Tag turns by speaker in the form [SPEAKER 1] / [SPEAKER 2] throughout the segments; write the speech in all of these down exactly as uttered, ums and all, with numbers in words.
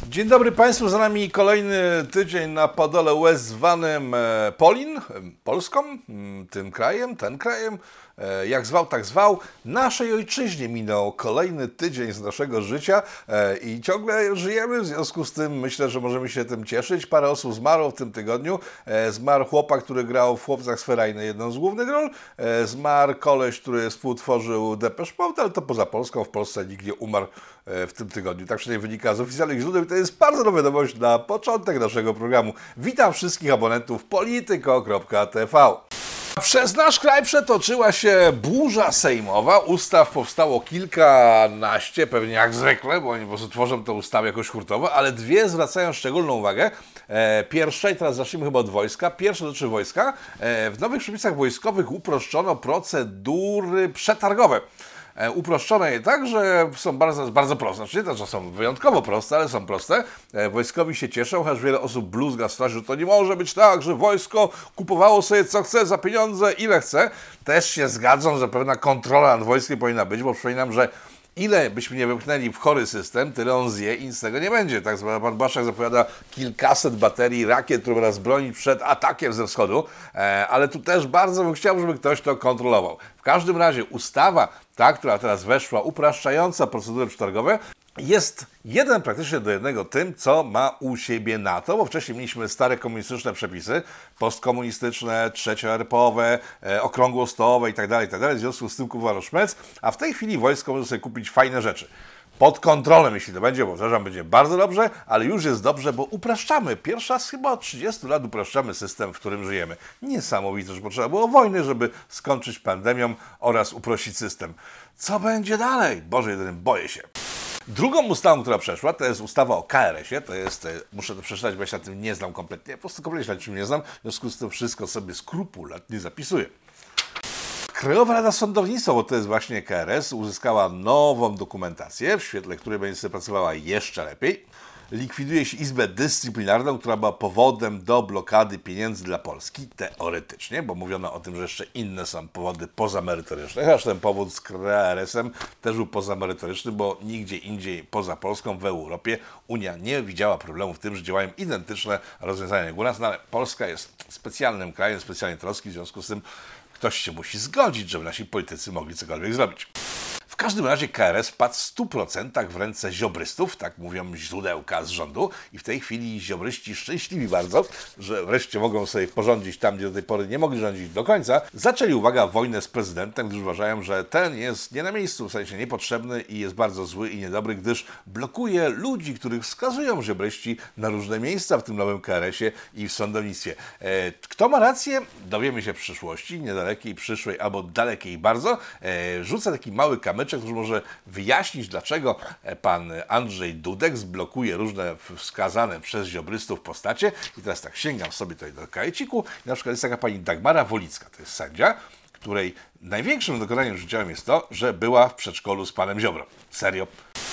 [SPEAKER 1] Dzień dobry Państwu, za nami kolejny tydzień na Podole łez zwanym Polin, Polską, tym krajem, ten krajem, jak zwał, tak zwał. Naszej ojczyźnie minął kolejny tydzień z naszego życia i ciągle żyjemy, w związku z tym myślę, że możemy się tym cieszyć. Parę osób zmarło w tym tygodniu. Zmarł chłopak, który grał w Chłopcach z Ferajny jedną z głównych ról. Zmarł koleś, który współtworzył Depeche Mode, ale to poza Polską, w Polsce nikt nie umarł w tym tygodniu. Tak przynajmniej wynika z oficjalnych źródeł i to jest bardzo dobra wiadomość na początek naszego programu. Witam wszystkich abonentów polityko kropka t v. Przez nasz kraj przetoczyła się burza sejmowa. Ustaw powstało kilkanaście, pewnie jak zwykle, bo oni po prostu tworzą te ustawy jakoś hurtowo, ale dwie zwracają szczególną uwagę. E, pierwsza, i teraz zacznijmy chyba od wojska. Pierwsza dotyczy wojska. E, w nowych przepisach wojskowych uproszczono procedury przetargowe. E, uproszczone je tak, że są bardzo, bardzo proste. Znaczy nie to, że są wyjątkowo proste, ale są proste. E, wojskowi się cieszą, chociaż wiele osób bluzga straży, że to nie może być tak, że wojsko kupowało sobie co chce za pieniądze, ile chce. Też się zgadzą, że pewna kontrola nad wojskiem powinna być, bo przypominam, że ile byśmy nie wypchnęli w chory system, tyle on zje i nic z tego nie będzie. Tak, pan Błaszczak zapowiada kilkaset baterii rakiet, które nas broni przed atakiem ze wschodu, e, ale tu też bardzo bym chciał, żeby ktoś to kontrolował. W każdym razie ustawa, ta, która teraz weszła, upraszczająca procedury przetargowe, jest jeden praktycznie do jednego tym, co ma u siebie NATO, bo wcześniej mieliśmy stare komunistyczne przepisy, postkomunistyczne, trzecioerpowe, e, okrągłostołowe itd., itd. W związku z tym kupowano szmec, a w tej chwili wojsko może sobie kupić fajne rzeczy. Pod kontrolą, jeśli to będzie, bo powtarzam, będzie bardzo dobrze, ale już jest dobrze, bo upraszczamy. Pierwszy raz chyba od trzydziestu lat upraszczamy system, w którym żyjemy. Niesamowite, że potrzeba było wojny, żeby skończyć pandemią oraz uprościć system. Co będzie dalej? Boże, jedyny boję się. Drugą ustawą, która przeszła, to jest ustawa o K R S ie. To jest, muszę to przeczytać, bo ja się na tym nie znam kompletnie. Po prostu kompletnie się na tym nie znam. W związku z tym wszystko sobie skrupulatnie zapisuję. Krajowa Rada Sądownictwa, bo to jest właśnie K R S, uzyskała nową dokumentację, w świetle której będzie sobie pracowała jeszcze lepiej. Likwiduje się Izbę Dyscyplinarną, która była powodem do blokady pieniędzy dla Polski, teoretycznie, bo mówiono o tym, że jeszcze inne są powody pozamerytoryczne, chociaż ten powód z K R S em też był pozamerytoryczny, bo nigdzie indziej poza Polską w Europie Unia nie widziała problemu w tym, że działają identyczne rozwiązania jak u nas, no ale Polska jest specjalnym krajem, specjalnie troski, w związku z tym ktoś się musi zgodzić, żeby nasi politycy mogli cokolwiek zrobić. W każdym razie K R S wpadł w stu procentach w ręce ziobrystów, tak mówią źródełka z rządu i w tej chwili ziobryści szczęśliwi bardzo, że wreszcie mogą sobie porządzić tam, gdzie do tej pory nie mogli rządzić do końca, zaczęli, uwaga, wojnę z prezydentem, gdyż uważają, że ten jest nie na miejscu, w sensie niepotrzebny i jest bardzo zły i niedobry, gdyż blokuje ludzi, których wskazują ziobryści na różne miejsca w tym nowym K R S ie i w sądownictwie. E, kto ma rację? Dowiemy się w przyszłości, niedalekiej, przyszłej albo dalekiej bardzo. E, rzucę taki mały kamyczek, który może wyjaśnić, dlaczego pan Andrzej Dudek zblokuje różne wskazane przez ziobrystów postacie. I teraz tak, sięgam sobie tutaj do kajeciku. Na przykład jest taka pani Dagmara Wolicka, to jest sędzia, której największym dokonaniem życiowym jest to, że była w przedszkolu z panem Ziobro. Serio.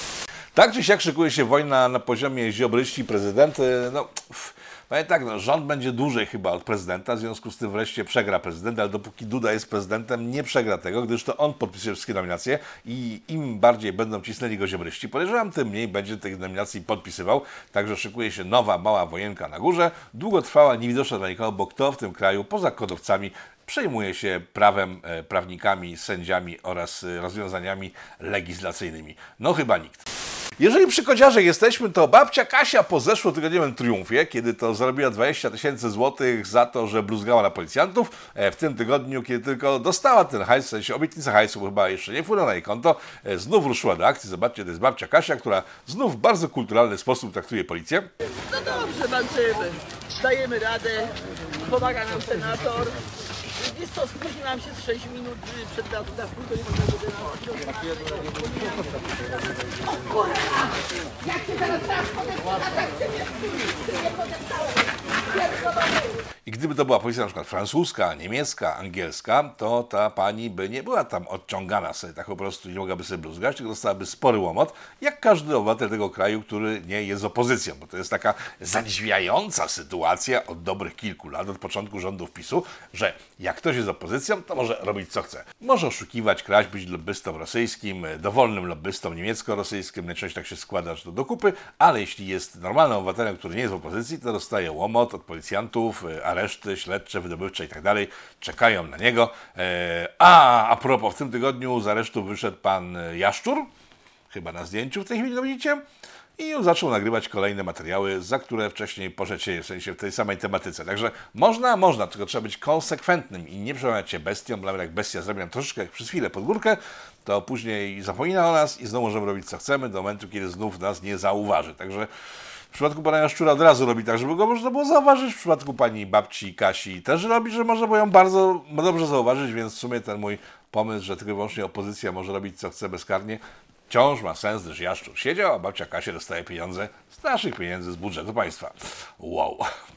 [SPEAKER 1] Tak czy siak szykuje się wojna na poziomie ziobryści, prezydent. No, powiem tak, no, rząd będzie dłużej chyba od prezydenta, w związku z tym wreszcie przegra prezydent, ale dopóki Duda jest prezydentem, nie przegra tego, gdyż to on podpisuje wszystkie nominacje i im bardziej będą cisnęli go ziobryści, podejrzewam, tym mniej będzie tych nominacji podpisywał, także szykuje się nowa, mała wojenka na górze, długotrwała, niewidoczna dla nikogo, bo kto w tym kraju, poza kodowcami, przejmuje się prawem, prawnikami, sędziami oraz rozwiązaniami legislacyjnymi? No chyba nikt. Jeżeli przy kodziarze jesteśmy, to babcia Kasia po zeszłotygodniowym triumfie, kiedy to zarobiła dwadzieścia tysięcy złotych za to, że bluzgała na policjantów, w tym tygodniu, kiedy tylko dostała ten hajs, w sensie obietnica hajsu, bo chyba jeszcze nie wpłynęła na jej konto, znów ruszyła do akcji. Zobaczcie, to jest babcia Kasia, która znów w bardzo kulturalny sposób traktuje policję.
[SPEAKER 2] No dobrze, walczymy, dajemy radę, pomaga nam senator. Jest to, spóźniłam się z sześć minut przed dawką, to nie można go. O kurwa! Jak się zaraz teraz podepnę, tak się nie podepnąłem.
[SPEAKER 1] I gdyby to była policja na przykład francuska, niemiecka, angielska, to ta pani by nie była tam odciągana sobie tak po prostu, nie mogłaby sobie bluzgać, tylko dostałaby spory łomot, jak każdy obywatel tego kraju, który nie jest opozycją, bo to jest taka zadziwiająca sytuacja od dobrych kilku lat, od początku rządów PiSu, że jak ktoś jest opozycją, to może robić co chce. Może oszukiwać, kraść, być lobbystą rosyjskim, dowolnym lobbystą niemiecko-rosyjskim, najczęściej tak się składa, że to do kupy, ale jeśli jest normalnym obywatelem, który nie jest w opozycji, to dostaje łomot od policjantów, areszty śledcze, wydobywcze i tak dalej, czekają na niego. A, a propos, w tym tygodniu z aresztu wyszedł pan Jaszczur, chyba na zdjęciu w tej chwili to widzicie, i zaczął nagrywać kolejne materiały, za które wcześniej poszedł się w sensie w tej samej tematyce. Także można, można, tylko trzeba być konsekwentnym i nie przejmować się bestią, bo nawet jak bestia zrobi nam troszeczkę przez chwilę pod górkę, to później zapomina o nas i znowu możemy robić co chcemy do momentu, kiedy znów nas nie zauważy. Także w przypadku pana Jaszczura od razu robi tak, żeby go można było zauważyć. W przypadku pani babci Kasi też robi, że można było ją bardzo dobrze zauważyć, więc w sumie ten mój pomysł, że tylko wyłącznie opozycja może robić co chce bezkarnie, wciąż ma sens, gdyż Jaszczur siedział, a babcia Kasia dostaje pieniądze z naszych pieniędzy z budżetu państwa. Wow.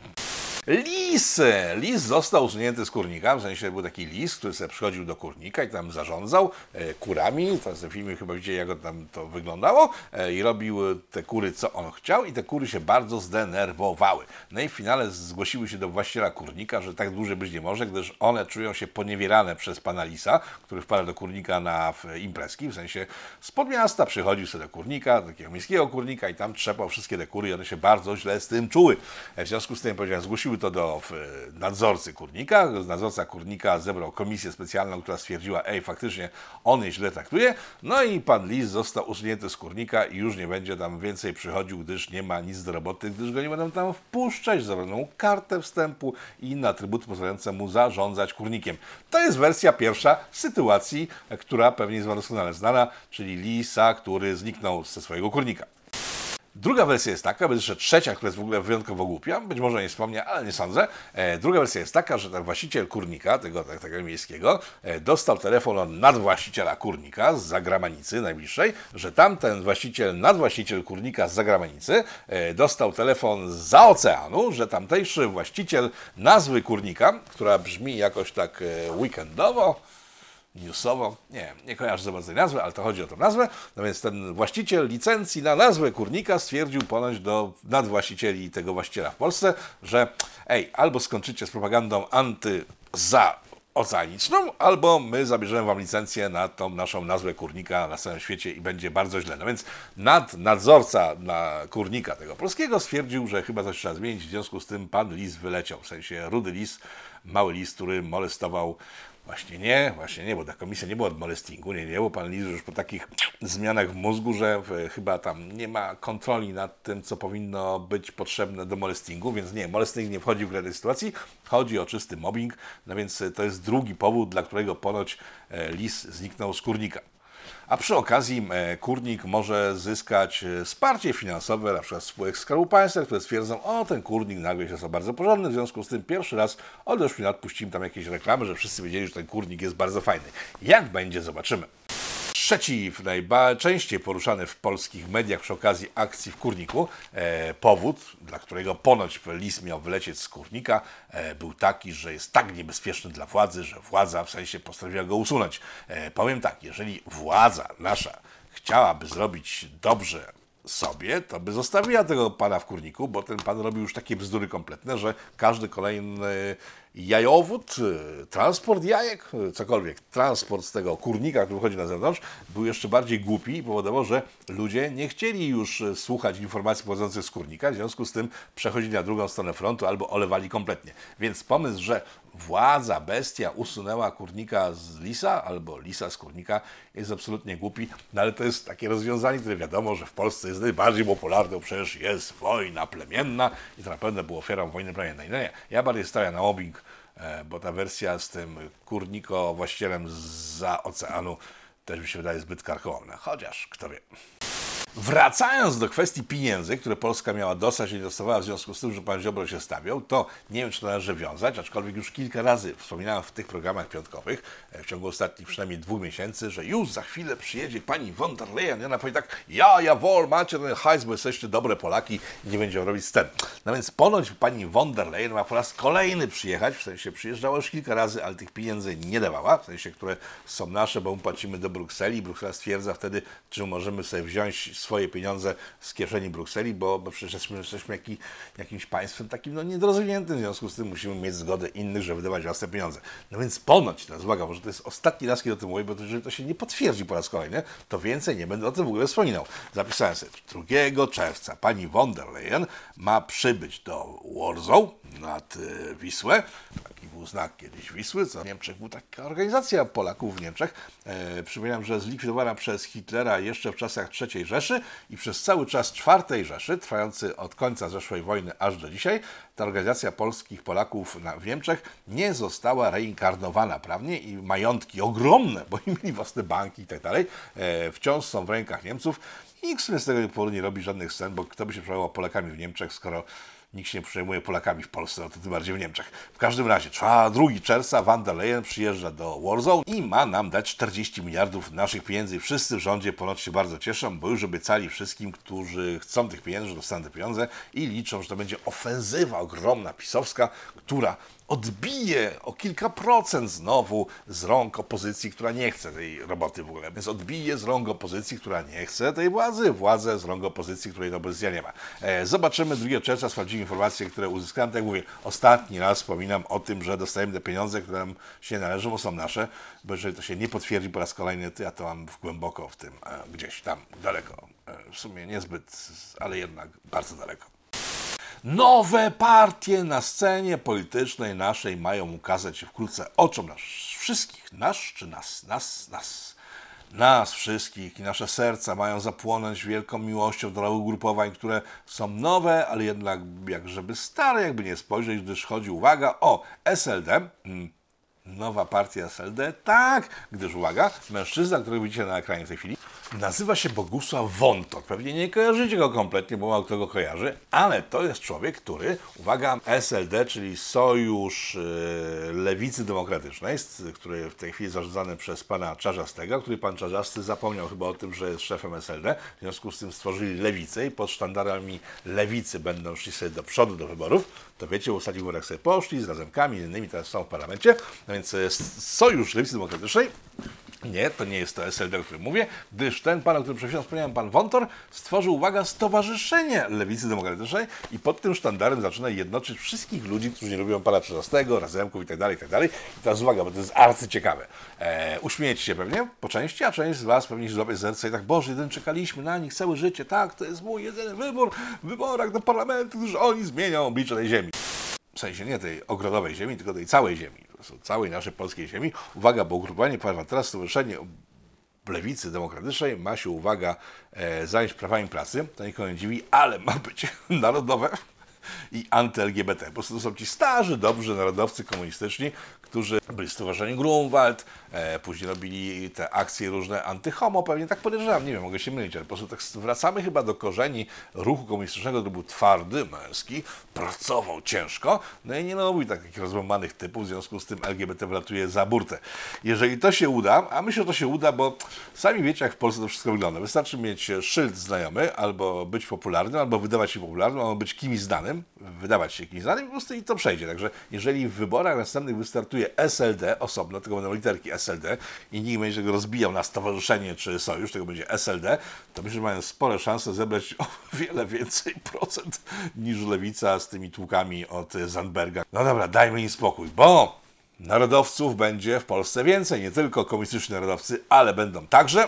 [SPEAKER 1] Lis! Lis został usunięty z kurnika, w sensie był taki lis, który sobie przychodził do kurnika i tam zarządzał e, kurami. Teraz w tym filmie chyba widzicie, jak tam to wyglądało. E, I robił te kury, co on chciał, i te kury się bardzo zdenerwowały. No i w finale zgłosiły się do właściciela kurnika, że tak dłużej być nie może, gdyż one czują się poniewierane przez pana lisa, który wpada do kurnika na imprezki, w sensie spod miasta przychodził sobie do kurnika, do takiego miejskiego kurnika i tam trzepał wszystkie te kury i one się bardzo źle z tym czuły. E, w związku z tym, powiedziałem, zgłosiły to do nadzorcy kurnika. Nadzorca kurnika zebrał komisję specjalną, która stwierdziła, ej, faktycznie on je źle traktuje. No i pan lis został usunięty z kurnika i już nie będzie tam więcej przychodził, gdyż nie ma nic do roboty, gdyż go nie będą tam wpuszczać, zabrano mu kartę wstępu i inne atrybuty pozwalające mu zarządzać kurnikiem. To jest wersja pierwsza sytuacji, która pewnie jest wam doskonale znana, czyli lisa, który zniknął ze swojego kurnika. Druga wersja jest taka, być jeszcze trzecia, która jest w ogóle wyjątkowo głupia, być może nie wspomnę, ale nie sądzę. E, druga wersja jest taka, że ten właściciel kurnika, tego, tego miejskiego, e, dostał telefon od nadwłaściciela kurnika z zagranicy najbliższej, że tamten właściciel, nadwłaściciel kurnika z zagranicy e, dostał telefon zza oceanu, że tamtejszy właściciel nazwy kurnika, która brzmi jakoś tak e, weekendowo, newsowo, nie, nie kojarzę za bardzo tej nazwy, ale to chodzi o tę nazwę. No więc ten właściciel licencji na nazwę kurnika stwierdził ponoć do nadwłaścicieli tego właściciela w Polsce, że ej, albo skończycie z propagandą antyzaoceaniczną, albo my zabierzemy wam licencję na tą naszą nazwę kurnika na całym świecie i będzie bardzo źle. No więc nad, nadzorca na kurnika tego polskiego stwierdził, że chyba coś trzeba zmienić, w związku z tym pan lis wyleciał, w sensie rudy lis, mały lis, który molestował. Właśnie nie, właśnie nie, bo ta komisja nie była od molestingu, nie, nie, bo pan lis już po takich zmianach w mózgu, że w, chyba tam nie ma kontroli nad tym, co powinno być potrzebne do molestingu, więc nie, molesting nie wchodzi w grę tej sytuacji, chodzi o czysty mobbing, no więc to jest drugi powód, dla którego ponoć lis zniknął z kurnika. A przy okazji e, kurnik może zyskać e, wsparcie finansowe, na przykład spółek Skarbu Państwa, które stwierdzą, o, ten kurnik nagle jest bardzo porządny, w związku z tym pierwszy raz od ośmiu lat puścimy tam jakieś reklamy, że wszyscy wiedzieli, że ten kurnik jest bardzo fajny. Jak będzie, zobaczymy. Trzeci, najczęściej poruszany w polskich mediach przy okazji akcji w kurniku, e, powód, dla którego ponoć lis miał wylecieć z kurnika, e, był taki, że jest tak niebezpieczny dla władzy, że władza w sensie postanowiła go usunąć. E, powiem tak, jeżeli władza nasza chciałaby zrobić dobrze sobie, to by zostawiła tego pana w kurniku, bo ten pan robił już takie bzdury kompletne, że każdy kolejny jajowód, transport jajek, cokolwiek, transport z tego kurnika, który wychodzi na zewnątrz, był jeszcze bardziej głupi i powodował, że ludzie nie chcieli już słuchać informacji pochodzących z kurnika, w związku z tym przechodzili na drugą stronę frontu albo olewali kompletnie. Więc pomysł, że władza, bestia usunęła kurnika z lisa albo lisa z kurnika jest absolutnie głupi, no ale to jest takie rozwiązanie, które wiadomo, że w Polsce jest najbardziej popularne, bo przecież jest wojna plemienna i to na pewno było ofiarą wojny plemiennej. No nie, ja bardziej stawiam na mobbing, bo ta wersja z tym kurniko właścicielem zza oceanu też mi się wydaje zbyt karkołomna, chociaż kto wie. Wracając do kwestii pieniędzy, które Polska miała dostać i nie dostawała w związku z tym, że pan Ziobro się stawiał, to nie wiem, czy to należy wiązać, aczkolwiek już kilka razy wspominałem w tych programach piątkowych, w ciągu ostatnich przynajmniej dwóch miesięcy, że już za chwilę przyjedzie pani von der Leyen i ona powie tak, ja, ja wol, macie ten hajs, bo jesteście dobre Polaki i nie będziemy robić scen. No więc ponoć pani von der Leyen ma po raz kolejny przyjechać, w sensie przyjeżdżała już kilka razy, ale tych pieniędzy nie dawała, w sensie, które są nasze, bo my płacimy do Brukseli. Bruksela stwierdza wtedy, czy możemy sobie wziąć swoje pieniądze z kieszeni Brukseli, bo, bo przecież jesteśmy, jesteśmy jaki, jakimś państwem takim no, niedorozwiniętym, w związku z tym musimy mieć zgodę innych, żeby wydawać własne pieniądze. No więc ponoć, teraz uwaga, może to jest ostatni raz, kiedy o tym mówię, bo to, jeżeli to się nie potwierdzi po raz kolejny, to więcej nie będę o tym w ogóle wspominał. Zapisałem sobie, drugiego czerwca pani von der Leyen ma przybyć do Warsaw nad y, Wisłę. Taki był znak kiedyś Wisły, co w Niemczech była taka organizacja Polaków w Niemczech. E, przypominam, że zlikwidowana przez Hitlera jeszcze w czasach trzeciej Rzeszy i przez cały czas czwartej Rzeszy, trwający od końca zeszłej wojny aż do dzisiaj, ta organizacja polskich Polaków na, w Niemczech nie została reinkarnowana prawnie i majątki ogromne, bo mieli własne banki i tak dalej, e, wciąż są w rękach Niemców i nikt sobie z tego powodu nie robi żadnych scen, bo kto by się przejmował Polakami w Niemczech, skoro nikt się nie przejmuje Polakami w Polsce, no to tym bardziej w Niemczech. W każdym razie, drugiego czerwca von der Leyen przyjeżdża do Warsaw i ma nam dać czterdzieści miliardów naszych pieniędzy. Wszyscy w rządzie ponoć się bardzo cieszą, bo już obiecali wszystkim, którzy chcą tych pieniędzy, że dostaną te pieniądze i liczą, że to będzie ofensywa ogromna pisowska, która odbije o kilka procent znowu z rąk opozycji, która nie chce tej roboty w ogóle. Więc odbije z rąk opozycji, która nie chce tej władzy, władzę z rąk opozycji, której to opozycja nie ma. E, zobaczymy drugiego czerwca, sprawdzimy informacje, które uzyskałem. Tak jak mówię, ostatni raz wspominam o tym, że dostajemy te pieniądze, które nam się należą, bo są nasze, bo jeżeli to się nie potwierdzi po raz kolejny, to ja to mam głęboko w tym, e, gdzieś tam daleko. E, w sumie niezbyt, ale jednak bardzo daleko. Nowe partie na scenie politycznej naszej mają ukazać się wkrótce oczom nas wszystkich. Nasz czy nas? Nas, nas. Nas wszystkich i nasze serca mają zapłonąć wielką miłością do nowych ugrupowań, które są nowe, ale jednak jak żeby stare, jakby nie spojrzeć, gdyż chodzi, uwaga, o S L D. Hmm. Nowa partia S L D, tak, gdyż uwaga, mężczyzna, którego widzicie na ekranie w tej chwili, nazywa się Bogusław Wontor. Pewnie nie kojarzycie go kompletnie, bo mało kto go kojarzy, ale to jest człowiek, który, uwaga, S L D, czyli Sojusz yy, Lewicy Demokratycznej, który w tej chwili zarządzany przez pana Czarzastego, który pan Czarzasty zapomniał chyba o tym, że jest szefem S L D, w związku z tym stworzyli Lewicę i pod sztandarami Lewicy będą szli sobie do przodu do wyborów. To wiecie, w ostatnich wyborach sobie poszli z Razemkami, innymi teraz są w parlamencie, no więc jest Sojusz Lewicy Demokratycznej. Nie, to nie jest to S L D, o którym mówię, gdyż ten pan, o którym przed chwilą wspomniałem, pan Wontor, stworzył, uwaga, Stowarzyszenie Lewicy Demokratycznej i pod tym sztandarem zaczyna jednoczyć wszystkich ludzi, którzy nie lubią pana Czarzastego, Razemków i tak dalej, i tak dalej. I teraz uwaga, bo to jest arcyciekawe. E, uśmiejecie się pewnie po części, a część z was pewnie się zrobi serce i tak, Boże, jeden czekaliśmy na nich całe życie, tak, to jest mój jedyny wybór w wyborach do parlamentu, gdyż oni zmienią oblicze tej ziemi. W sensie nie tej ogrodowej ziemi, tylko tej całej ziemi, całej naszej polskiej ziemi. Uwaga, bo ugrupowanie, powiem teraz, Stowarzyszenie Lewicy Demokratycznej ma się, uwaga, e, zająć prawami pracy, to nikogo nie dziwi, ale ma być narodowe i anty-L G B T. Po prostu to są ci starzy, dobrzy narodowcy komunistyczni, którzy byli w Stowarzyszeniu Grunwald, e, później robili te akcje różne antyhomo, pewnie tak podejrzewam, nie wiem, mogę się mylić, ale po prostu tak wracamy chyba do korzeni ruchu komunistycznego, który był twardy, męski, pracował ciężko, no i nie lubił takich rozłamanych typów, w związku z tym L G B T wlatuje za burtę. Jeżeli to się uda, a myślę, że to się uda, bo sami wiecie, jak w Polsce to wszystko wygląda. Wystarczy mieć szyld znajomy, albo być popularnym, albo wydawać się popularnym, albo być kimś znanym, wydawać się kimś znanym, po prostu i to przejdzie. Także jeżeli w wyborach następnych wystartuje S L D osobno, tego będą literki S L D i nikt będzie tego rozbijał na stowarzyszenie czy sojusz, tego będzie S L D, to myślę, że mają spore szanse zebrać o wiele więcej procent niż Lewica z tymi tłukami od Zandberga. No dobra, dajmy im spokój, bo narodowców będzie w Polsce więcej, nie tylko komunistyczni narodowcy, ale będą także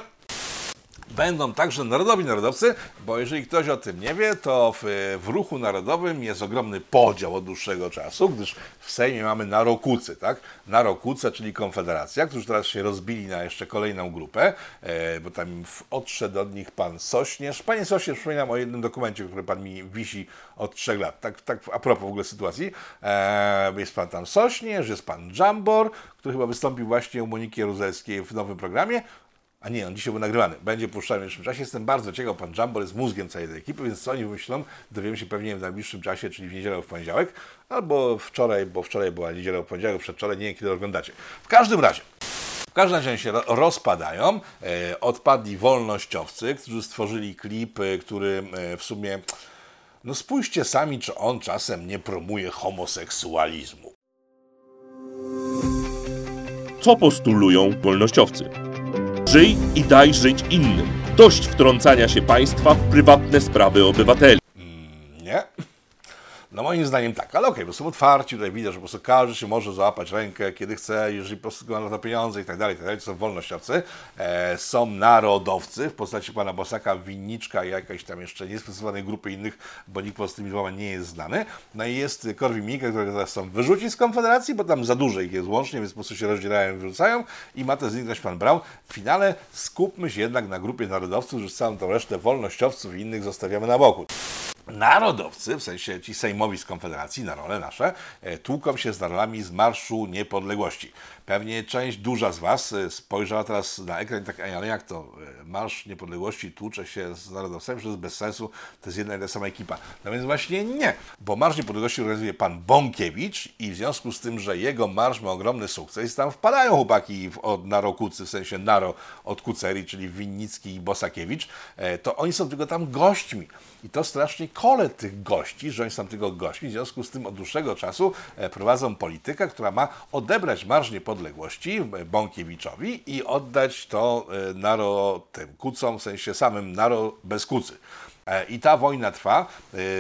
[SPEAKER 1] Będą także narodowi narodowcy, bo jeżeli ktoś o tym nie wie, to w, w ruchu narodowym jest ogromny podział od dłuższego czasu, gdyż w Sejmie mamy Narokucy, tak? Narokuce, czyli Konfederacja, którzy teraz się rozbili na jeszcze kolejną grupę, e, bo tam odszedł od nich pan Sośnierz. Panie Sośnierz, przypominam o jednym dokumencie, który pan mi wisi od trzech lat, tak, tak a propos w ogóle sytuacji. E, jest pan tam Sośnierz, jest pan Dżambor, który chyba wystąpił właśnie u Moniki Jaruzelskiej w nowym programie. A nie, on dzisiaj był nagrywany. Będzie puszczany w najbliższym czasie. Jestem bardzo ciekaw, pan Jambor jest mózgiem całej tej ekipy, więc co oni wymyślą, dowiemy się pewnie w najbliższym czasie, czyli w niedzielę lub w poniedziałek, albo wczoraj, bo wczoraj była niedziela lub poniedziałek, przedwczoraj, nie wiem kiedy oglądacie. W każdym razie, w każdym razie się rozpadają. E, odpadli wolnościowcy, którzy stworzyli klip, który e, w sumie, no spójrzcie sami, czy on czasem nie promuje homoseksualizmu.
[SPEAKER 3] Co postulują wolnościowcy? Żyj i daj żyć innym. Dość wtrącania się państwa w prywatne sprawy obywateli.
[SPEAKER 1] Mm, nie? No moim zdaniem tak, ale okej, okay, bo są otwarci, tutaj widać, że po prostu każdy się może załapać rękę, kiedy chce, jeżeli po prostu ma na to pieniądze i tak dalej, i tak dalej. To są wolnościowcy, e, są narodowcy w postaci pana Bosaka, Winniczka i jakaejś tam jeszcze niesprecyzowanej grupy innych, bo nikt po prostu tymi dwoma nie jest znany. No i jest Korwin-Mikke, którego teraz są wyrzucić z Konfederacji, bo tam za dużo ich jest łącznie, więc po prostu się rozdzielają i wyrzucają i ma to zniknąć pan Braun. W finale skupmy się jednak na grupie narodowców, że całą tą resztę wolnościowców i innych zostawiamy na boku. Narodowcy, w sensie ci sejmowi z Konfederacji, na role nasze, tłuką się z narodami z Marszu Niepodległości. Pewnie część duża z Was spojrzała teraz na ekran i tak, ale jak to? Marsz Niepodległości tłucze się z narodowcami, że to jest bez sensu, to jest jedna i ta sama ekipa. No więc właśnie nie, bo Marsz Niepodległości organizuje pan Bąkiewicz i w związku z tym, że jego marsz ma ogromny sukces, tam wpadają chłopaki od Narokucy, w sensie Naro od Kucerii, czyli Winnicki i Bosakiewicz, to oni są tylko tam gośćmi. I to strasznie kole tych gości, że oni są tylko gośćmi, w związku z tym od dłuższego czasu prowadzą politykę, która ma odebrać Marsz Niepodległości Bąkiewiczowi i oddać to Naro tym kucom, w sensie samym Naro bez kucy. I ta wojna trwa,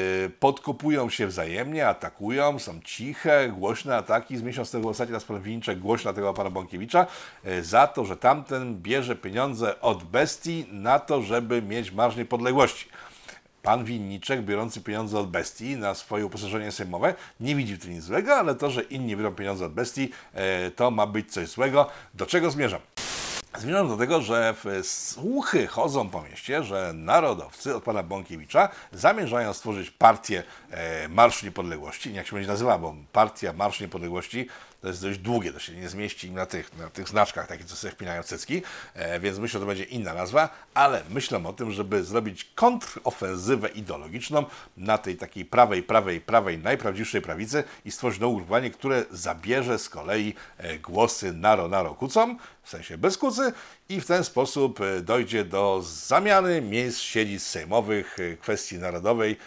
[SPEAKER 1] podkopują się wzajemnie, atakują, są ciche, głośne ataki. Z miesiąc temu ostatni raz pan Winniczek głośno tego pana Bąkiewicza za to, że tamten bierze pieniądze od bestii na to, żeby mieć Marsz Niepodległości. Pan Winniczek, biorący pieniądze od bestii na swoje uposażenie sejmowe, nie widzi w tym nic złego, ale to, że inni biorą pieniądze od bestii, to ma być coś złego. Do czego zmierzam? Zmierzam do tego, że słuchy chodzą po mieście, że narodowcy od pana Bąkiewicza zamierzają stworzyć partię e, Marszu Niepodległości. Jak się będzie nazywała, bo partia Marszu Niepodległości to jest dość długie, to się nie zmieści im na tych, na tych znaczkach, takie co sobie wpinają cycki, e, więc myślę, że to będzie inna nazwa, ale myślę o tym, żeby zrobić kontrofensywę ideologiczną na tej takiej prawej, prawej, prawej, najprawdziwszej prawicy i stworzyć nowe ugrupowanie, które zabierze z kolei e, głosy naro, naro kucom, w sensie bez kucy, i w ten sposób dojdzie do zamiany miejsc siedzisk sejmowych kwestii narodowej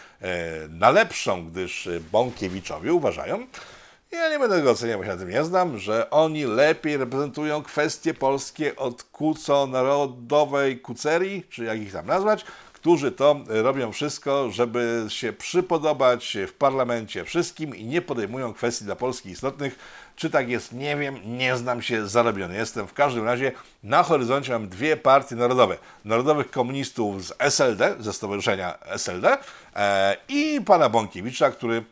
[SPEAKER 1] na lepszą, gdyż Bąkiewiczowi uważają, ja nie będę tego oceniał, bo się na tym nie znam, że oni lepiej reprezentują kwestie polskie od kuco-narodowej kucerii, czy jak ich tam nazwać, którzy to robią wszystko, żeby się przypodobać w parlamencie wszystkim i nie podejmują kwestii dla Polski istotnych. Czy tak jest? Nie wiem, nie znam się, zarobiony jestem. W każdym razie na horyzoncie mam dwie partie narodowe. Narodowych komunistów z S L D, ze Stowarzyszenia S L D e, i pana Bąkiewicza, który...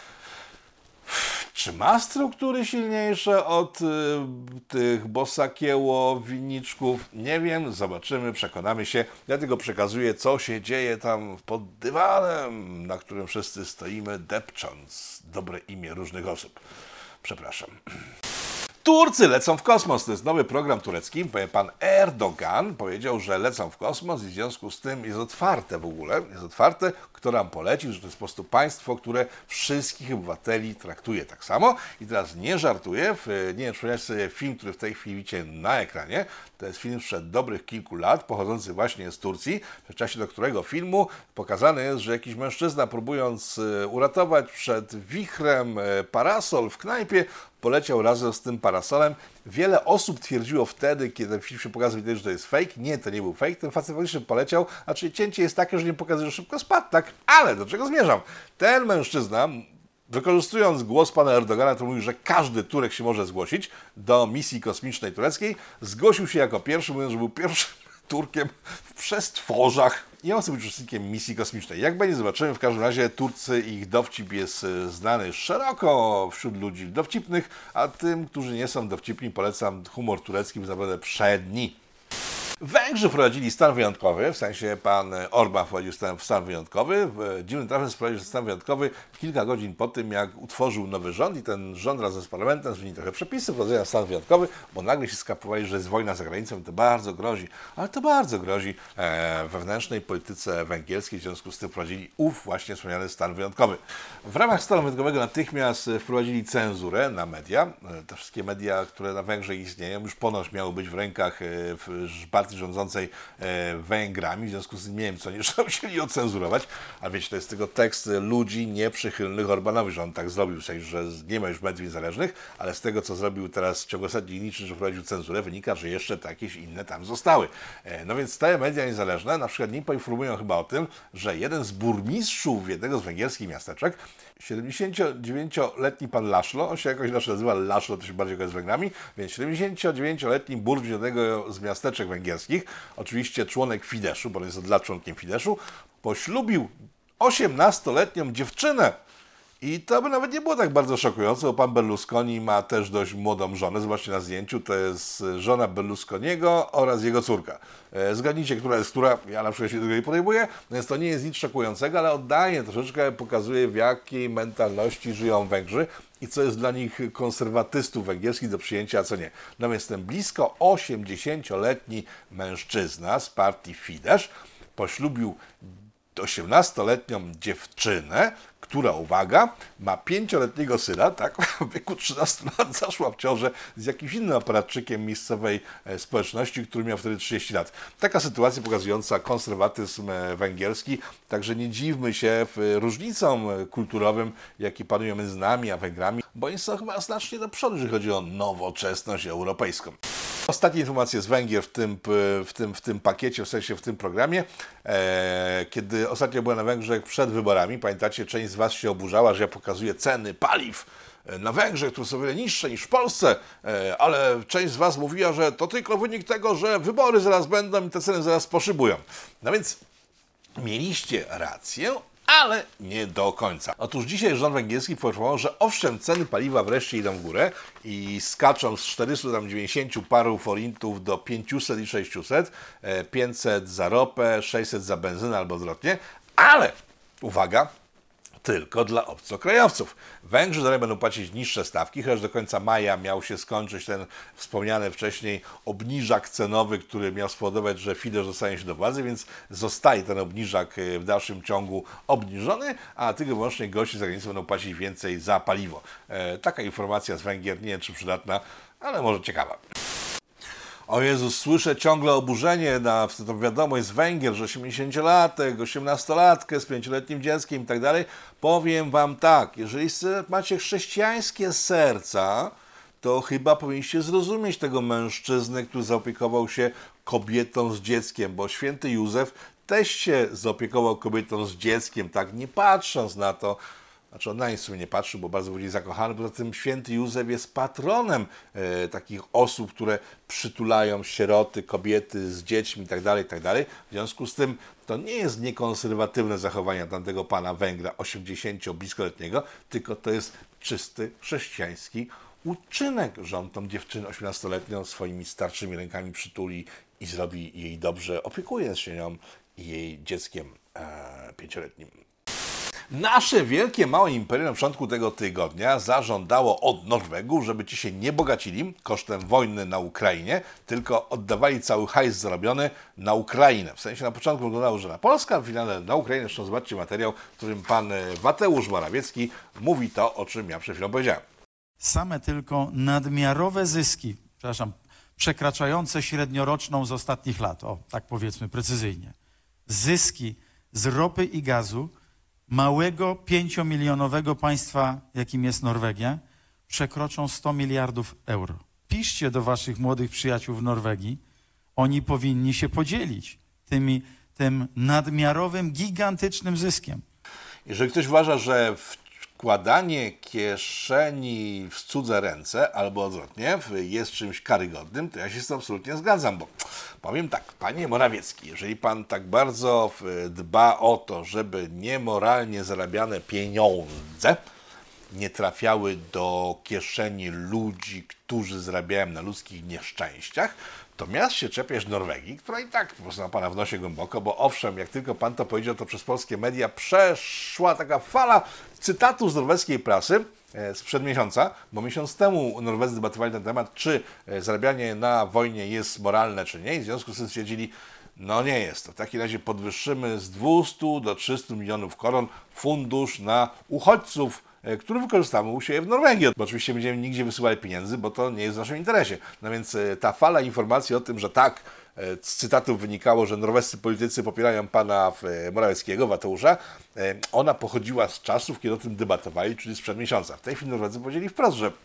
[SPEAKER 1] Czy ma struktury silniejsze od y, tych Bosakieło, Winniczków? Nie wiem, zobaczymy, przekonamy się. Ja tylko przekazuję, co się dzieje tam pod dywanem, na którym wszyscy stoimy, depcząc dobre imię różnych osób. Przepraszam. Turcy lecą w kosmos. To jest nowy program turecki. Pan Erdogan powiedział, że lecą w kosmos i w związku z tym jest otwarte w ogóle, jest otwarte, kto nam poleci, że to jest po prostu państwo, które wszystkich obywateli traktuje tak samo. I teraz nie żartuję, nie wiem, przypomnieć sobie film, który w tej chwili widzicie na ekranie. To jest film sprzed dobrych kilku lat, pochodzący właśnie z Turcji, w czasie do którego filmu pokazane jest, że jakiś mężczyzna, próbując uratować przed wichrem parasol w knajpie, poleciał razem z tym parasolem. Wiele osób twierdziło wtedy, kiedy ten film się pokazał, widać, że to jest fake. Nie, to nie był fake. Ten facet faktycznie poleciał, a czyli cięcie jest takie, że nie pokazuje, że szybko spadł, tak? Ale do czego zmierzam? Ten mężczyzna, wykorzystując głos pana Erdogana, który mówi, że każdy Turek się może zgłosić do misji kosmicznej tureckiej, zgłosił się jako pierwszy, mówiąc, że był pierwszym Turkiem w przestworzach i on chce być uczestnikiem misji kosmicznej. Jak będzie, zobaczymy. W każdym razie Turcy, ich dowcip jest znany szeroko wśród ludzi dowcipnych, a tym, którzy nie są dowcipni, polecam humor turecki, bo naprawdę przedni. Węgrzy wprowadzili stan wyjątkowy, w sensie pan Orbán wprowadził stan, stan wyjątkowy. Dziwnym trafem wprowadził stan wyjątkowy kilka godzin po tym, jak utworzył nowy rząd i ten rząd razem z parlamentem zmienił trochę przepisy, wprowadzenia stan wyjątkowy, bo nagle się skapowali, że jest wojna za granicą i to bardzo grozi, ale to bardzo grozi e, wewnętrznej polityce węgierskiej, w związku z tym wprowadzili ów właśnie wspomniany stan wyjątkowy. W ramach stanu wyjątkowego natychmiast wprowadzili cenzurę na media. Te wszystkie media, które na Węgrzech istnieją, już ponoć miały być w rękach e, partii rządzącej e, Węgrami, w związku z tym nie wiem, co nie musieli ocenzurować, a wiecie, to jest tylko tekst ludzi nieprzychylnych Orbánowi, że on tak zrobił, w sensie, że nie ma już mediów niezależnych, ale z tego, co zrobił teraz w ciągu ostatnich dni, że wprowadził cenzurę, wynika, że jeszcze jakieś inne tam zostały. E, no więc te media niezależne na przykład nie poinformują chyba o tym, że jeden z burmistrzów jednego z węgierskich miasteczek, siedemdziesięciodziewięcioletni pan Laszlo, on się jakoś nasz nazywa Laszlo, to się bardziej kojarzy z Węgrami, więc siedemdziesięciodziewięcioletni burmistrz jednego z miasteczek węgierskich, oczywiście członek Fideszu, bo on jest od lat członkiem Fideszu, poślubił osiemnastoletnią dziewczynę. I to by nawet nie było tak bardzo szokujące, bo pan Berlusconi ma też dość młodą żonę. Zobaczcie na zdjęciu, to jest żona Berlusconiego oraz jego córka. Zgadnijcie, która jest która, ja na przykład się tego nie podejmuję, więc to nie jest nic szokującego, ale oddaje troszeczkę, pokazuje, w jakiej mentalności żyją Węgrzy i co jest dla nich konserwatystów węgierskich do przyjęcia, a co nie. No więc ten blisko osiemdziesięcioletni mężczyzna z partii Fidesz poślubił osiemnastoletnią dziewczynę, która, uwaga, ma pięcioletniego syna, tak, w wieku trzynastu lat zaszła w ciążę z jakimś innym aparatczykiem miejscowej społeczności, który miał wtedy trzydzieści lat. Taka sytuacja pokazująca konserwatyzm węgierski, także nie dziwmy się różnicom kulturowym, jakie panują między nami a Węgrami, bo oni są chyba znacznie do przodu, jeżeli chodzi o nowoczesność europejską. Ostatnie informacje z Węgier w tym, w tym, w tym pakiecie, w sensie w tym programie. E, kiedy ostatnio byłem na Węgrzech przed wyborami, pamiętacie, część z Was się oburzała, że ja pokazuję ceny paliw na Węgrzech, które są o wiele niższe niż w Polsce, e, ale część z Was mówiła, że to tylko wynik tego, że wybory zaraz będą i te ceny zaraz poszybują. No więc mieliście rację, ale nie do końca. Otóż dzisiaj rząd węgierski poinformował, że owszem, ceny paliwa wreszcie idą w górę i skaczą z czterystu dziewięćdziesięciu paru forintów do pięciuset i sześciuset, pięćset za ropę, sześćset za benzynę albo odwrotnie, ale uwaga, tylko dla obcokrajowców. Węgrzy dalej będą płacić niższe stawki, chociaż do końca maja miał się skończyć ten wspomniany wcześniej obniżak cenowy, który miał spowodować, że Fidesz dostanie się do władzy, więc zostaje ten obniżak w dalszym ciągu obniżony, a tylko wyłącznie gości z zagranicy będą płacić więcej za paliwo. E, taka informacja z Węgier, nie wiem czy przydatna, ale może ciekawa. O Jezus, słyszę ciągle oburzenie na tą wiadomość z Węgier, że osiemdziesięciolatek, osiemnastolatkę z pięcioletnim dzieckiem i tak dalej. Powiem Wam tak, jeżeli macie chrześcijańskie serca, to chyba powinniście zrozumieć tego mężczyznę, który zaopiekował się kobietą z dzieckiem, bo święty Józef też się zaopiekował kobietą z dzieckiem, tak, nie patrząc na to. Znaczy on na nic sobie nie patrzył, bo bardzo był jej zakochany. Poza tym święty Józef jest patronem e, takich osób, które przytulają sieroty, kobiety z dziećmi itd., itd. W związku z tym to nie jest niekonserwatywne zachowanie tamtego pana Węgra osiemdziesięciobliskoletniego, tylko to jest czysty chrześcijański uczynek, że on tą dziewczynę osiemnastoletnią swoimi starszymi rękami przytuli i zrobi jej dobrze, opiekując się nią i jej dzieckiem e, pięcioletnim. Nasze wielkie, małe imperium na początku tego tygodnia zażądało od Norwegów, żeby ci się nie bogacili kosztem wojny na Ukrainie, tylko oddawali cały hajs zarobiony na Ukrainę. W sensie na początku wyglądało, że na Polskę, a w finale na Ukrainę. Zresztą zobaczcie materiał, w którym pan Mateusz Morawiecki mówi to, o czym ja przed chwilą powiedziałem.
[SPEAKER 4] Same tylko nadmiarowe zyski, przepraszam, przekraczające średnioroczną z ostatnich lat, o tak powiedzmy precyzyjnie, zyski z ropy i gazu małego, pięciomilionowego państwa, jakim jest Norwegia, przekroczą sto miliardów euro. Piszcie do waszych młodych przyjaciół w Norwegii, oni powinni się podzielić tymi, tym nadmiarowym, gigantycznym zyskiem.
[SPEAKER 1] Jeżeli ktoś uważa, że wkładanie kieszeni w cudze ręce, albo odwrotnie, jest czymś karygodnym, to ja się z tym absolutnie zgadzam, bo powiem tak, panie Morawiecki, jeżeli pan tak bardzo dba o to, żeby niemoralnie zarabiane pieniądze nie trafiały do kieszeni ludzi, którzy zarabiają na ludzkich nieszczęściach, to miast się czepiasz Norwegii, która i tak po prostu ma pana w nosie głęboko, bo owszem, jak tylko pan to powiedział, to przez polskie media przeszła taka fala cytatów z norweskiej prasy sprzed miesiąca, bo miesiąc temu Norwedzy debatowali na ten temat, czy zarabianie na wojnie jest moralne, czy nie, i w związku z tym stwierdzili, no nie jest to. W takim razie podwyższymy z dwustu do trzystu milionów koron fundusz na uchodźców, który wykorzystamy u siebie w Norwegii. Bo oczywiście będziemy nigdzie wysyłali pieniędzy, bo to nie jest w naszym interesie. No więc ta fala informacji o tym, że tak, z cytatów wynikało, że norwescy politycy popierają pana Morawieckiego, Wateusza, ona pochodziła z czasów, kiedy o tym debatowali, czyli sprzed miesiąca. W tej chwili Norwedzy powiedzieli wprost, że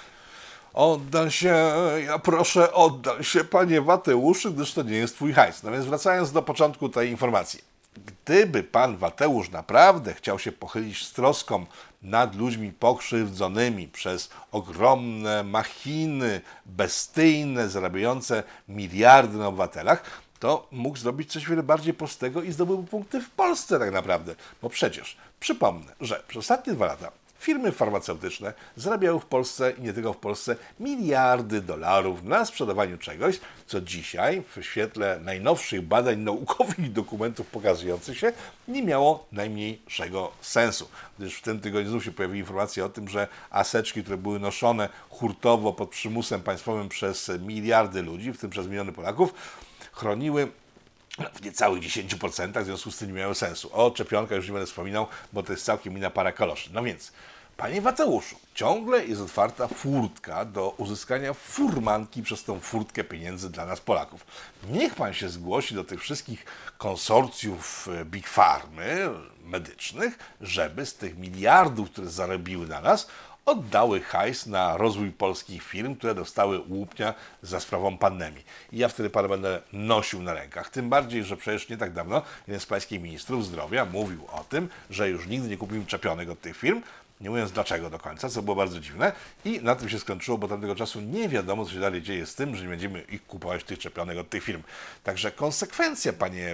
[SPEAKER 1] oddal się, ja proszę, oddal się, panie Wateuszu, gdyż to nie jest twój hajs. No więc wracając do początku tej informacji. Gdyby pan Wateusz naprawdę chciał się pochylić z troską nad ludźmi pokrzywdzonymi przez ogromne machiny bestyjne, zarabiające miliardy na obywatelach, to mógł zrobić coś wiele bardziej prostego i zdobyłby punkty w Polsce tak naprawdę. Bo przecież, przypomnę, że przez ostatnie dwa lata firmy farmaceutyczne zarabiały w Polsce i nie tylko w Polsce miliardy dolarów na sprzedawaniu czegoś, co dzisiaj w świetle najnowszych badań naukowych i dokumentów pokazujących się nie miało najmniejszego sensu. Gdyż w tym tygodniu znów się pojawiły informacje o tym, że aseczki, które były noszone hurtowo pod przymusem państwowym przez miliardy ludzi, w tym przez miliony Polaków, chroniły w niecałych dziesięciu procentach, w związku z tym nie miały sensu. O szczepionkach już nie będę wspominał, bo to jest całkiem inna para kaloszy. No więc, panie Wateuszu, ciągle jest otwarta furtka do uzyskania furmanki przez tą furtkę pieniędzy dla nas Polaków. Niech pan się zgłosi do tych wszystkich konsorcjów Big Pharmy medycznych, żeby z tych miliardów, które zarobiły na nas, oddały hajs na rozwój polskich firm, które dostały łupnia za sprawą pandemii. I ja wtedy pana będę nosił na rękach. Tym bardziej, że przecież nie tak dawno jeden z pańskich ministrów zdrowia mówił o tym, że już nigdy nie kupimy czepionek od tych firm, nie mówiąc dlaczego do końca, co było bardzo dziwne. I na tym się skończyło, bo tamtego czasu nie wiadomo, co się dalej dzieje z tym, że nie będziemy ich kupować tych czepionek od tych firm. Także konsekwencja, panie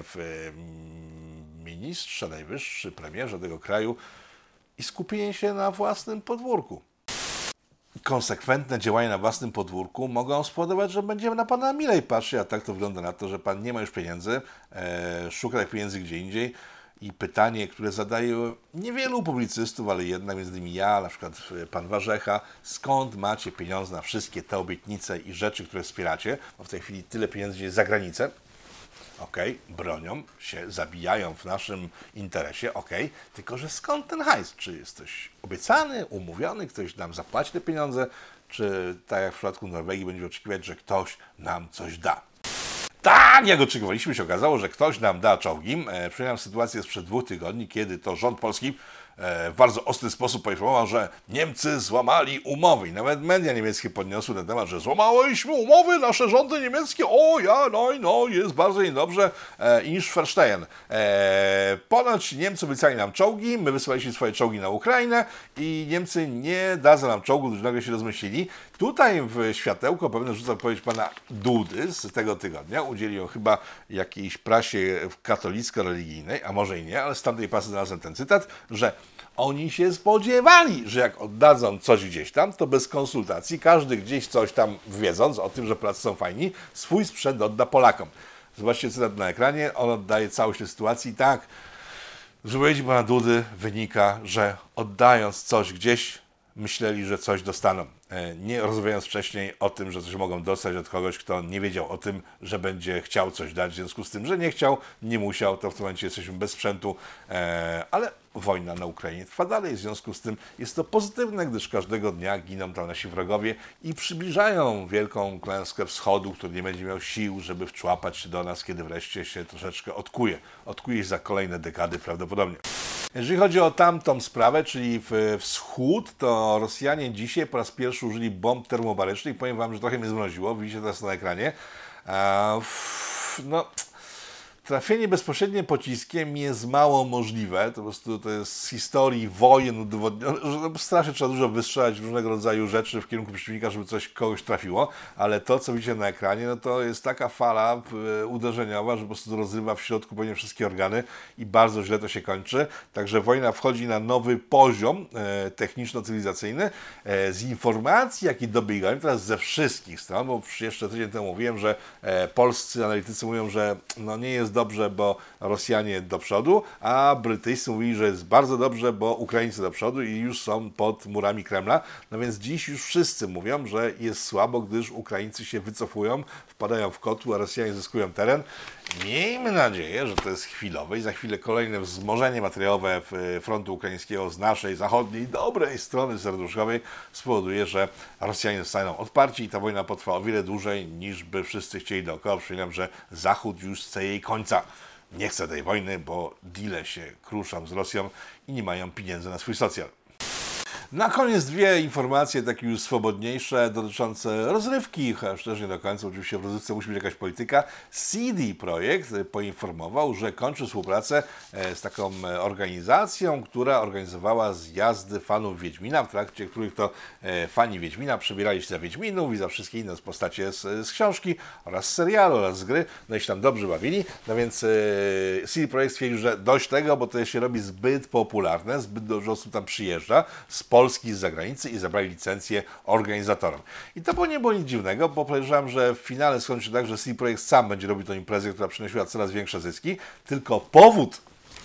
[SPEAKER 1] ministrze, najwyższy premierze tego kraju, i skupienie się na własnym podwórku. Konsekwentne działania na własnym podwórku mogą spowodować, że będziemy na pana milej patrzeć, a tak to wygląda na to, że pan nie ma już pieniędzy, e, szuka tych pieniędzy gdzie indziej i pytanie, które zadaje niewielu publicystów, ale jednak między innymi ja, na przykład pan Warzecha, skąd macie pieniądze na wszystkie te obietnice i rzeczy, które wspieracie, bo w tej chwili tyle pieniędzy jest za granicę. Okej, okay, bronią się, zabijają w naszym interesie, okej, okay, tylko że skąd ten hajs? Czy jest coś obiecany, umówiony, ktoś nam zapłaci te pieniądze, czy tak jak w przypadku Norwegii będziemy oczekiwać, że ktoś nam coś da? Tak, jak oczekiwaliśmy, się okazało, że ktoś nam da czołgi. E, przypominam sytuację sprzed dwóch tygodni, kiedy to rząd polski e, w bardzo ostry sposób poinformował, że Niemcy złamali umowy. I nawet media niemieckie podniosły ten temat, że złamaliśmy umowy, nasze rządy niemieckie, o ja, no i no, jest bardzo niedobrze, e, i Schwerstein. E, ponoć Niemcy obiecali nam czołgi, my wysyłaliśmy swoje czołgi na Ukrainę i Niemcy nie dadzą nam czołgu, którzy nagle się rozmyślili. Tutaj w światełko pewnie rzuca odpowiedź pana Dudy z tego tygodnia. Udzielił ją chyba jakiejś prasie katolicko-religijnej, a może i nie, ale z tamtej prasy znalazłem ten cytat, że oni się spodziewali, że jak oddadzą coś gdzieś tam, to bez konsultacji, każdy gdzieś coś tam wiedząc o tym, że Polacy są fajni, swój sprzęt odda Polakom. Zobaczcie cytat na ekranie, on oddaje całość tej sytuacji i tak, z wypowiedzi pana Dudy wynika, że oddając coś gdzieś, myśleli, że coś dostaną. Nie rozmawiając wcześniej o tym, że coś mogą dostać od kogoś, kto nie wiedział o tym, że będzie chciał coś dać, w związku z tym, że nie chciał, nie musiał, to w tym momencie jesteśmy bez sprzętu, ale wojna na Ukrainie trwa dalej, w związku z tym jest to pozytywne, gdyż każdego dnia giną tam nasi wrogowie i przybliżają wielką klęskę wschodu, który nie będzie miał sił, żeby wczłapać się do nas, kiedy wreszcie się troszeczkę odkuje. Odkuje się za kolejne dekady prawdopodobnie. Jeżeli chodzi o tamtą sprawę, czyli w wschód, to Rosjanie dzisiaj po raz pierwszy użyli bomb termobarycznych. Powiem wam, że trochę mnie zmroziło. Widzicie teraz na ekranie. No, trafienie bezpośrednie pociskiem jest mało możliwe. To po prostu to jest z historii wojen udowodnione, że no, strasznie trzeba dużo wystrzelać różnego rodzaju rzeczy w kierunku przeciwnika, żeby coś kogoś trafiło, ale to, co widzicie na ekranie, no to jest taka fala y, uderzeniowa, że po prostu rozrywa w środku pewnie wszystkie organy i bardzo źle to się kończy. Także wojna wchodzi na nowy poziom e, techniczno-cywilizacyjny. E, z informacji, jakie dobiegają teraz ze wszystkich stron, bo jeszcze tydzień temu mówiłem, że e, polscy analitycy mówią, że no nie jest dobrze, bo Rosjanie do przodu, a Brytyjscy mówili, że jest bardzo dobrze, bo Ukraińcy do przodu i już są pod murami Kremla. No więc dziś już wszyscy mówią, że jest słabo, gdyż Ukraińcy się wycofują, wpadają w kotły, a Rosjanie zyskują teren. Miejmy nadzieję, że to jest chwilowe i za chwilę kolejne wzmożenie materiałowe frontu ukraińskiego z naszej zachodniej, dobrej strony serduszkowej spowoduje, że Rosjanie zostaną odparci i ta wojna potrwa o wiele dłużej, niż by wszyscy chcieli dookoła. Przypominam, że Zachód już chce jej końca. Nie chce tej wojny, bo deale się kruszą z Rosją i nie mają pieniędzy na swój socjal. Na koniec dwie informacje takie już swobodniejsze dotyczące rozrywki, chociaż też nie do końca, oczywiście w rozrywce musi być jakaś polityka. C D Projekt poinformował, że kończy współpracę z taką organizacją, która organizowała zjazdy fanów Wiedźmina, w trakcie których to fani Wiedźmina przebierali się za Wiedźminów i za wszystkie inne postacie z, z książki oraz z serialu oraz z gry, no i się tam dobrze bawili, no więc C D Projekt stwierdził, że dość tego, bo to się robi zbyt popularne, zbyt dużo osób tam przyjeżdża z Polski, z zagranicy i zabrali licencję organizatorom. I to było nie było nic dziwnego, bo podejrzewam, że w finale skończy się tak, że C D Projekt sam będzie robił tę imprezę, która przynosiła coraz większe zyski, tylko powód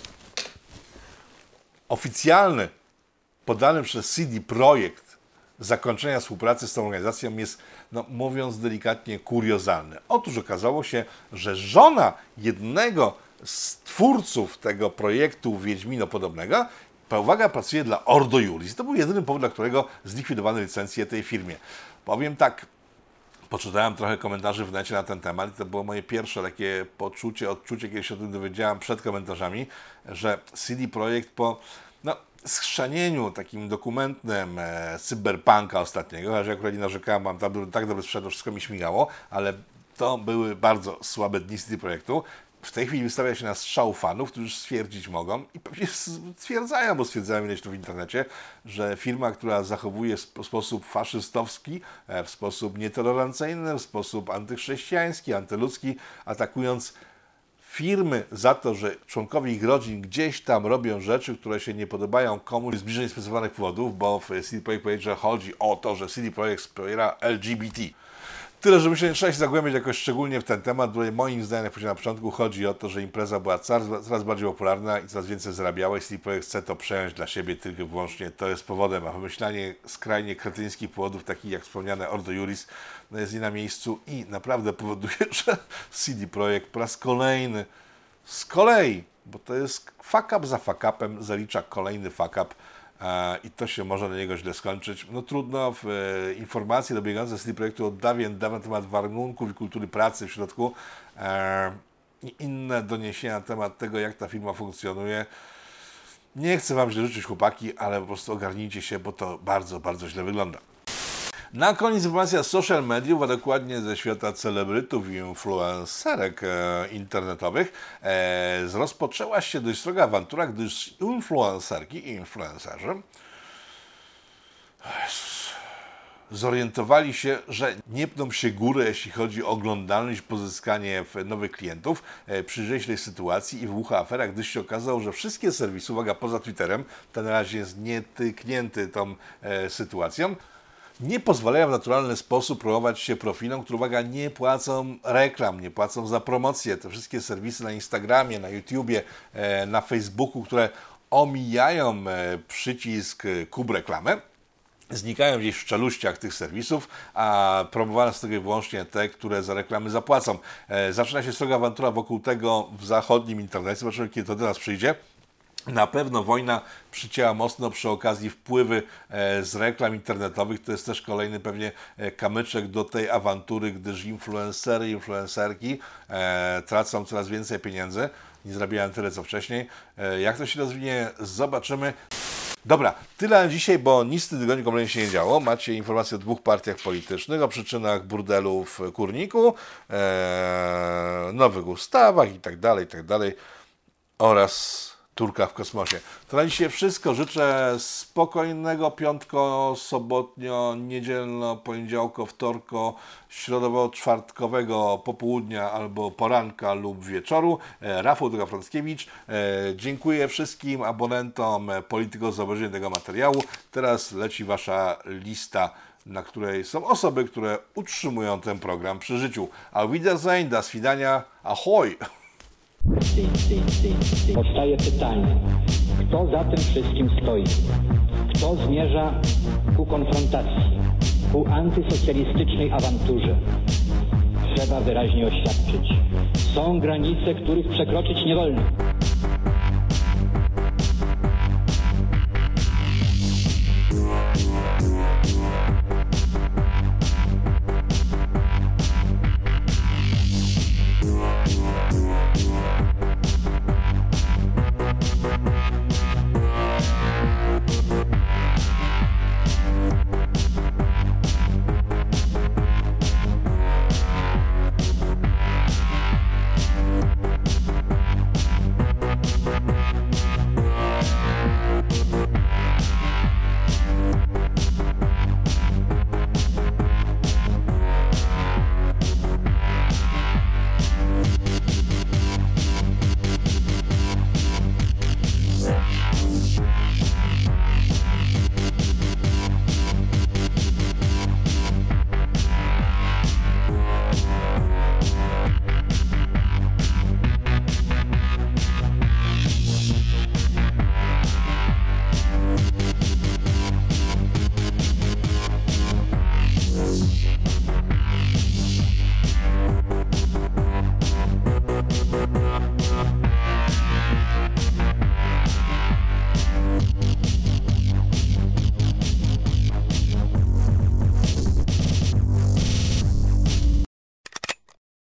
[SPEAKER 1] oficjalny podany przez C D Projekt zakończenia współpracy z tą organizacją jest, no, mówiąc delikatnie, kuriozalny. Otóż okazało się, że żona jednego z twórców tego projektu Wiedźmino-podobnego, uwaga, pracuje dla Ordo Iuris. To był jedyny powód, dla którego zlikwidowano licencję tej firmie. Powiem tak, poczytałem trochę komentarzy w necie na ten temat i to było moje pierwsze takie poczucie, odczucie, kiedy się o tym dowiedziałem przed komentarzami, że C D Projekt po no, schrzanieniu takim dokumentem e, cyberpunka ostatniego, chociaż ja akurat nie narzekałem, mam tam tak dobry sprzęt, wszystko mi śmigało, ale to były bardzo słabe dni C D Projektu. W tej chwili wystawia się na strzał fanów, którzy stwierdzić mogą i pewnie stwierdzają, bo stwierdzają ileś tu w internecie, że firma, która zachowuje w sposób faszystowski, w sposób nietolerancyjny, w sposób antychrześcijański, antyludzki, atakując firmy za to, że członkowie ich rodzin gdzieś tam robią rzeczy, które się nie podobają komuś z bliżej sprecyzowanych powodów, bo w C D Projekt powiedział, że chodzi o to, że C D Projekt wspiera L G B T. Tyle, że myślę, że nie trzeba się zagłębiać jakoś szczególnie w ten temat, bo moim zdaniem, jak powiedziałem na początku, chodzi o to, że impreza była coraz, coraz bardziej popularna i coraz więcej zarabiała i C D Projekt chce to przejąć dla siebie tylko i wyłącznie. To jest powodem, a wymyślanie skrajnie kretyńskich powodów, takich jak wspomniane Ordo Iuris, no jest nie na miejscu i naprawdę powoduje, że C D Projekt po raz kolejny, z kolei, bo to jest fuck up za fuck upem, zalicza kolejny fuck up, i to się może na niego źle skończyć. No trudno, w, e, informacje dobiegające z tego projektu od dawien dawna na temat warunków i kultury pracy w środku e, i inne doniesienia na temat tego, jak ta firma funkcjonuje. Nie chcę Wam źle życzyć, chłopaki, ale po prostu ogarnijcie się, bo to bardzo, bardzo źle wygląda. Na koniec informacja z social mediów, a dokładnie ze świata celebrytów i influencerek e, internetowych. E, rozpoczęła się dość sroga awantura, gdyż influencerki i influencerzy zorientowali się, że nie pną się górę, jeśli chodzi o oglądalność, pozyskanie nowych klientów. E, przyjrzeli się tej sytuacji i wybuchła afera, gdyż się okazało, że wszystkie serwisy, uwaga, poza Twitterem, ten na razie jest nietyknięty tą e, sytuacją, nie pozwalają w naturalny sposób promować się profilom, które, uwaga, nie płacą reklam, nie płacą za promocję. Te wszystkie serwisy na Instagramie, na YouTubie, na Facebooku, które omijają przycisk kup reklamę, znikają gdzieś w czeluściach tych serwisów, a promowane są tylko wyłącznie te, które za reklamy zapłacą. Zaczyna się sroga awantura wokół tego w zachodnim internecie. Zobaczymy, kiedy to do nas przyjdzie. Na pewno wojna przycięła mocno przy okazji wpływy z reklam internetowych. To jest też kolejny pewnie kamyczek do tej awantury, gdyż influencery, influencerki e, tracą coraz więcej pieniędzy. Nie zarabiają tyle co wcześniej. E, jak to się rozwinie, zobaczymy. Dobra, tyle na dzisiaj, bo nic w tym tygodniu kompletnie się nie działo. Macie informacje o dwóch partiach politycznych, o przyczynach burdelu w Kurniku, e, nowych ustawach i tak dalej, i tak dalej, oraz Turkach w kosmosie. To na dzisiaj wszystko. Życzę spokojnego piątko, sobotnio, niedzielno, poniedziałko, wtorko, środowo, czwartkowego popołudnia albo poranka lub wieczoru. E, Rafał Druga-Frąckiewicz. E, dziękuję wszystkim abonentom Polityko za obejrzenie tego materiału. Teraz leci wasza lista, na której są osoby, które utrzymują ten program przy życiu. Auf Wiedersehen, do swidania, ahoj!
[SPEAKER 5] Powstaje pytanie, kto za tym wszystkim stoi? Kto zmierza ku konfrontacji, ku antysocjalistycznej awanturze? Trzeba wyraźnie oświadczyć. Są granice, których przekroczyć nie wolno.